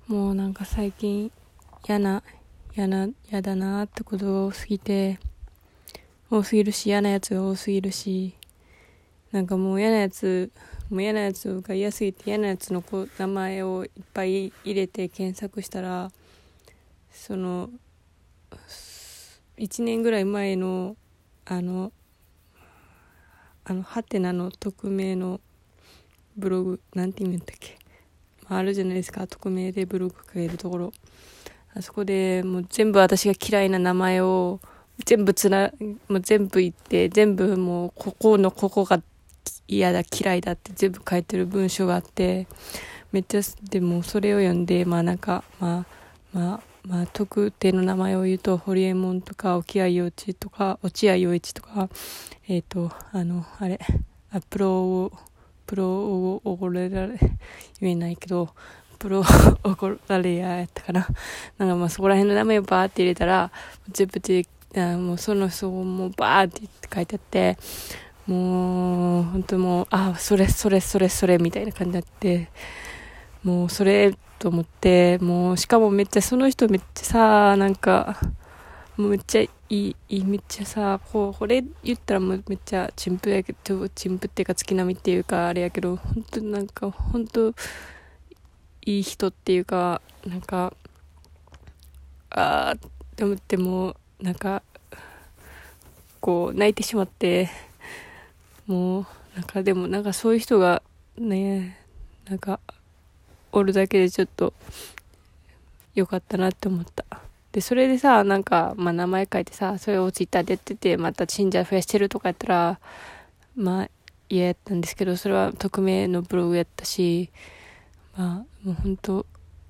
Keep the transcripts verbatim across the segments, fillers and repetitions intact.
もうなんか最近嫌な嫌な嫌だなってことが多すぎて多すぎるし嫌なやつが多すぎるし、なんかもう嫌なやつもう嫌なやつが嫌すぎて嫌なやつのこ名前をいっぱい入れて検索したら、そのいちねんぐらい前のあのあのハテナの匿名のブログなんて言うんだっけ、まあ、あるじゃないですか、匿名でブログ書けるところ。あそこでもう全部私が嫌いな名前を全部つなもう全部言って全部もうここのここが嫌だ嫌いだって全部書いてる文章があって、めっちゃでもそれを読んで、まあなんかまあまあまあ特定の名前を言うとホリエモンとか沖合陽一とか落合陽一とか、えっ、ー、とあのあれあプロプロをおごれられ言えないけどプロおこられややったかな。なんかまあそこら辺の名前をバーって入れたら全部でもうその人もバーって書いてあって、もう本当もうあそれそれそれそれみたいな感じになって、もうそれと思って、もうしかもめっちゃその人めっちゃさなんかもうめっちゃいいいいめっちゃさこうこれ言ったらもうめっちゃ陳腐やけど陳腐っていうか月並みっていうかあれやけど、本当なんか本当いい人っていうか、なんかあーって思ってもなんかこう泣いてしまって、もうなんかでもなんかそういう人がねなんかおるだけでちょっと良かったなって思った。でそれでさなんかまあ名前書いてさそれをツイッターでやっててまた信者増やしてるとかやったらまあ嫌やったんですけど、それは匿名のブログやったし、まあもう本当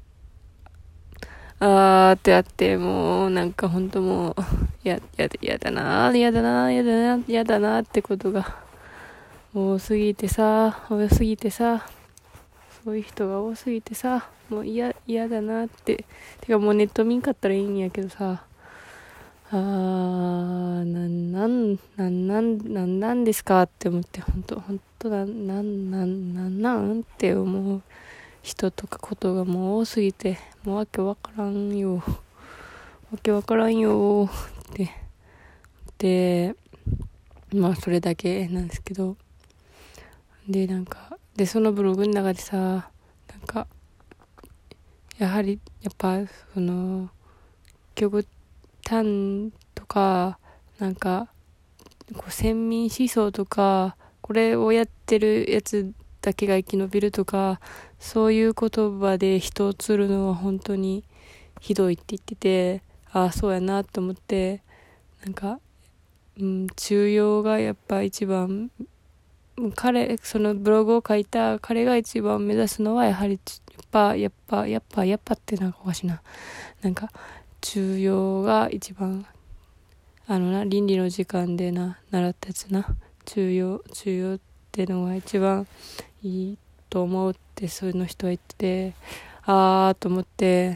あーってあって、もうなんか本当もうやややだなやだなやだなやだなってことが多すぎてさ多すぎてさそういう人が多すぎてさ、もう嫌嫌だなって。てかもうネット見んかったらいいんやけどさ、あーなんなんなんなんなんなんですかって思って、本当本当だなんなんなんなんって思う人とかことがもう多すぎて、もうわけわからんよわけわからんよってで、まあそれだけなんですけど、でなんかでそのブログの中でさ、なんかやはりやっぱその極端とかなんかこう先民思想とかこれをやってるやつだけが生き延びるとか、そういう言葉で人を釣るのは本当にひどいって言ってて、ああそうやなと思って、なんか、うん、中庸がやっぱ一番、彼そのブログを書いた彼が一番目指すのはやはりやっぱやっぱやっぱやっぱってなんかおかしいな、なんか中庸が一番、あのな倫理の時間でな習ったやつな、中庸中庸ってのが一番いいと思うってその人は言ってて、あーと思って、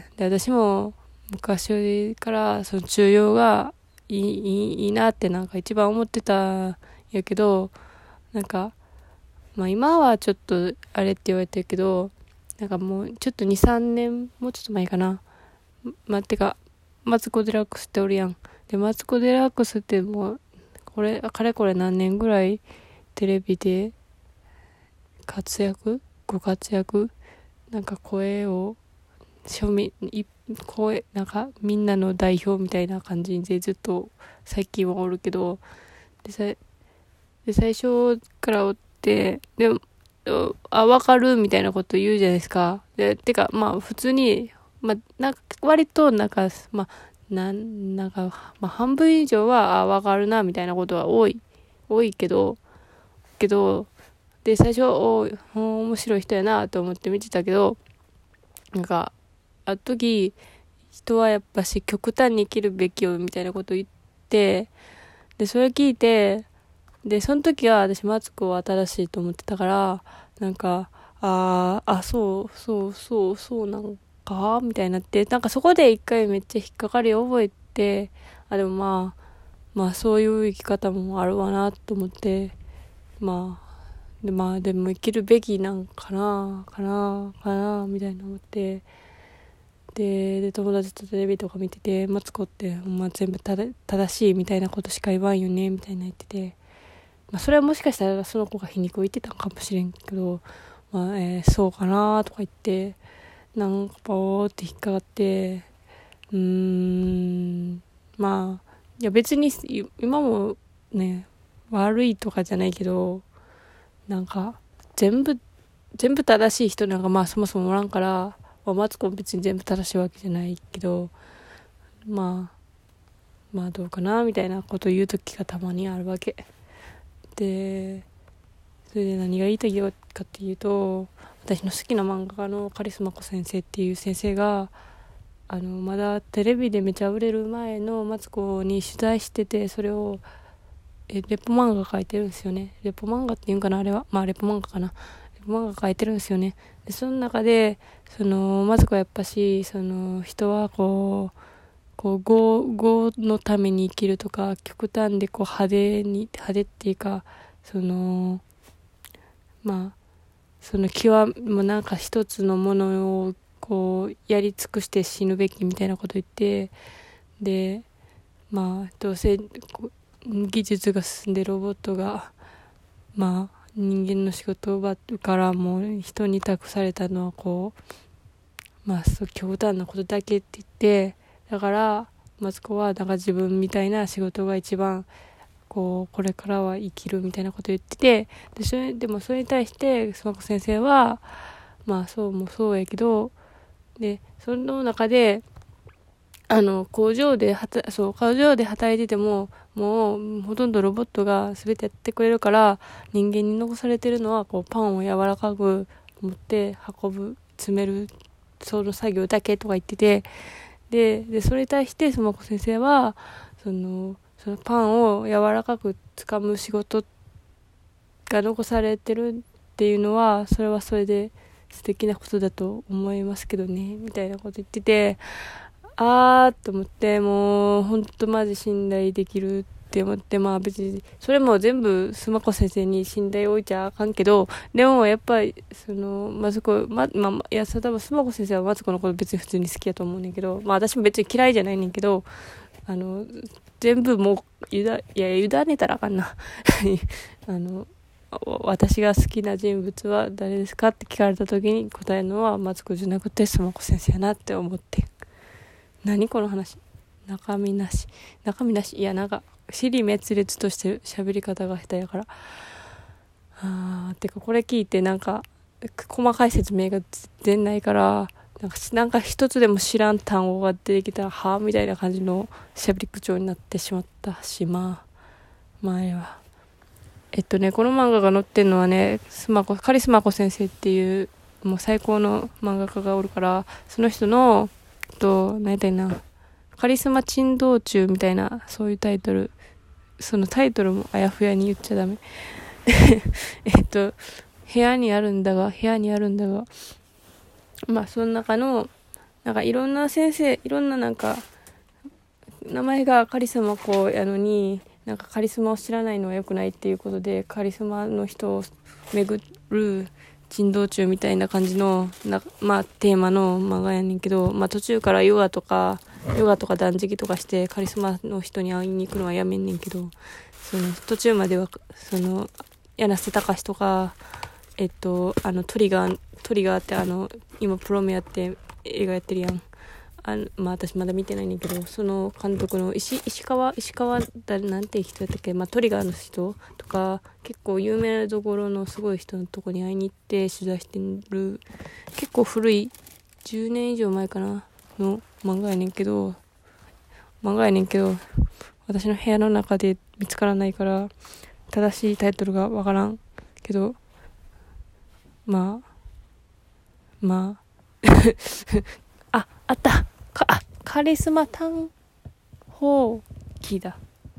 で私も昔からその中庸がいいいいいいなってなんか一番思ってたんやけど、なんかまあ今はちょっとあれって言われてるけど、なんかもうちょっとにさんねんもうちょっと前かな、まあ、てかマツコ・デラックスっておるやん。でマツコ・デラックスってもうこれかれこれ何年ぐらいテレビで活躍ご活躍、なんか声を庶民い声なんかみんなの代表みたいな感じでずっと最近はおるけど、でさで最初からおって、でもあ分かるみたいなこと言うじゃないですか。でてかまあ普通にまあなんか割となんかまあなんなんかまあ半分以上はあ分かるなみたいなことは多い多いけどけどで最初お面白い人やなと思って見てたけど、なんかあの時人はやっぱし極端に生きるべきよみたいなことを言って、でそれ聞いて、でその時は私マツコは新しいと思ってたから、なんかあーあそうそうそうそうなんかみたいになって、なんかそこで一回めっちゃ引っかかり覚えて、あでもまあまあそういう生き方もあるわなと思って、まあでまあでも生きるべきなんかなかなかなみたいな思って、 でで友達とテレビとか見てて、マツコってほんま全部ただ正しいみたいなことしか言わんよねみたいな言ってて、まあ、それはもしかしたらその子が皮肉を言ってたんかもしれんけど、まあえー、そうかなとか言ってなんかポーって引っかかって、うーんまあいや別に今もね悪いとかじゃないけど、なんか全部全部正しい人なんかまあそもそもおらんから、まあ、マツコも別に全部正しいわけじゃないけど、まあまあどうかなみたいなことを言う時がたまにあるわけで、それで何が言いたいかっていうと、私の好きな漫画家のカリスマ子先生っていう先生があのまだテレビでめちゃ売れる前のマツコに取材してて、それをえレポ漫画描いてるんですよね。レポ漫画っていうんかな、あれはまあレポ漫画かな、レポ漫画描いてるんですよね。でその中でそのマツコはやっぱしその人はこうこう業業のために生きるとか、極端でこう派手に派手っていうか、そのまあその極もうなんか一つのものをこうやり尽くして死ぬべきみたいなこと言って、でまあどうせ技術が進んでロボットがまあ人間の仕事を奪うからもう人に託されたのはこうまあそう極端なことだけって言って、だからマツコはなんか自分みたいな仕事が一番こうこれからは生きるみたいなこと言ってて、でそれでもそれに対してスマコ先生はまあそうもそうやけど、でその中であの工場で働そう工場で働いててももうほとんどロボットが全てやってくれるから、人間に残されてるのはこうパンを柔らかく持って運ぶ詰めるその作業だけとか言ってて、ででそれに対してスマコ先生はそのそのパンを柔らかく掴む仕事が残されてるっていうのはそれはそれで素敵なことだと思いますけどねみたいなこと言ってて、あーと思って、もうほんとマジ信頼できるって思って、まあ別にそれも全部スマコ先生に信頼置いちゃあかんけど、でもやっぱりそのマツコままあいや多分スマコ先生はマツコのこと別に普通に好きやと思うねんけど、まあ私も別に嫌いじゃないねんけど、あの全部もうゆだいや委ねたらあかんなあの私が好きな人物は誰ですかって聞かれた時に答えるのはマツコじゃなくてスマコ先生やなって思って、何この話、中身なし中身なしいやなんか尻滅裂として喋り方が下手やから、あーてかこれ聞いてなんか細かい説明が全然ないから、なんかなんか一つでも知らん単語が出てきたらはぁみたいな感じの喋り口調になってしまったし、まあ前はえっとねこの漫画が載ってるのはねスマコカリスマコ先生っていうもう最高の漫画家がおるから、その人のと何やったいなカリスマ珍道中みたいなそういうタイトル、そのタイトルもあやふやに言っちゃダメえっと部屋にあるんだが部屋にあるんだがまあその中のなんかいろんな先生いろんななんか名前がカリスマ子やのになんかカリスマを知らないのは良くないっていうことでカリスマの人を巡る珍道中みたいな感じのな、まあ、テーマの漫画やねんけど、まあ、途中からヨガとかヨガとか断食とかしてカリスマの人に会いに行くのはやめんねんけど、その途中まではその柳瀬隆とかえっとあのトリガートリガーってあの今プロメやって映画やってるやん、あのまあ私まだ見てないんだけど、その監督の石石川石川だなんて人やったっけ、まあトリガーの人とか結構有名なところのすごい人のとこに会いに行って取材してる結構古いじゅうねん以上前かなの漫画やねんけど漫画やねんけど私の部屋の中で見つからないから正しいタイトルがわからんけど、まあまあああったかあカリスマ探訪記だ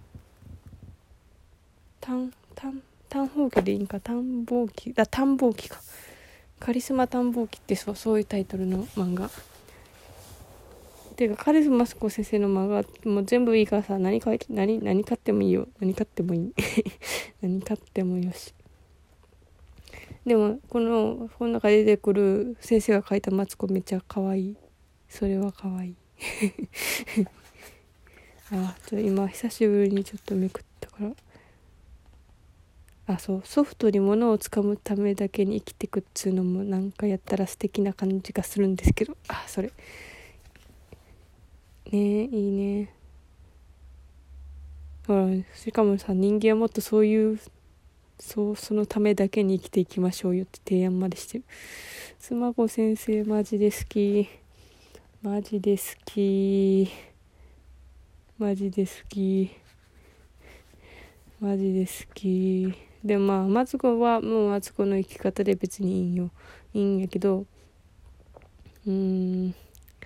探探探訪記でいいんか探訪記だ探訪記かカリスマ探訪記ってそうそういうタイトルの漫画ていうかカリスマスコ先生の漫画もう全部いいからさ、何か何何買ってもいいよ、何買ってもいい何買ってもよし。でもこのこの中で出てくる先生が描いたマツコめっちゃ可愛い好それはかわいいあちょ今久しぶりにちょっとめくったから、あそうソフトに物をつかむためだけに生きてくっつうのもなんかやったら素敵な感じがするんですけど、あそれねえいいね。ほらしかもさ、人間はもっとそういうそうそのためだけに生きていきましょうよって提案までしてる。スマホ先生マジで好き、マジで好き、マジで好き、マジで好き。でまあマツコはもうマツコの生き方で別にいいんよ、いいんやけど、うーん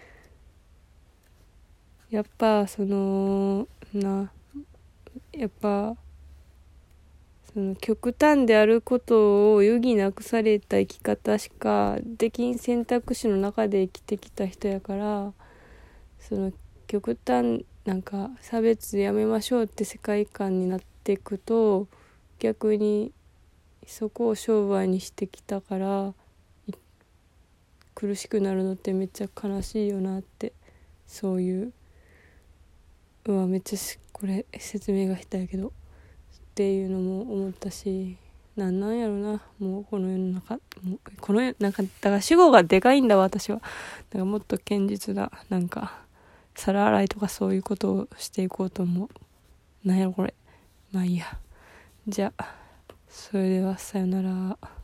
やっぱそのなやっぱその極端であることを余儀なくされた生き方しかできん選択肢の中で生きてきた人やから、その極端なんか差別やめましょうって世界観になっていくと、逆にそこを商売にしてきたから苦しくなるのってめっちゃ悲しいよなって、そういううわめっちゃこれ説明が下手やけどっていうのも思ったし、なんなんやろな、もうこの世の中、もうこの世なんかだから主語がでかいんだわ私は。だからもっと堅実ななんか皿洗いとかそういうことをしていこうと思う。なんやろこれ、まあいいや。じゃあそれではさよなら。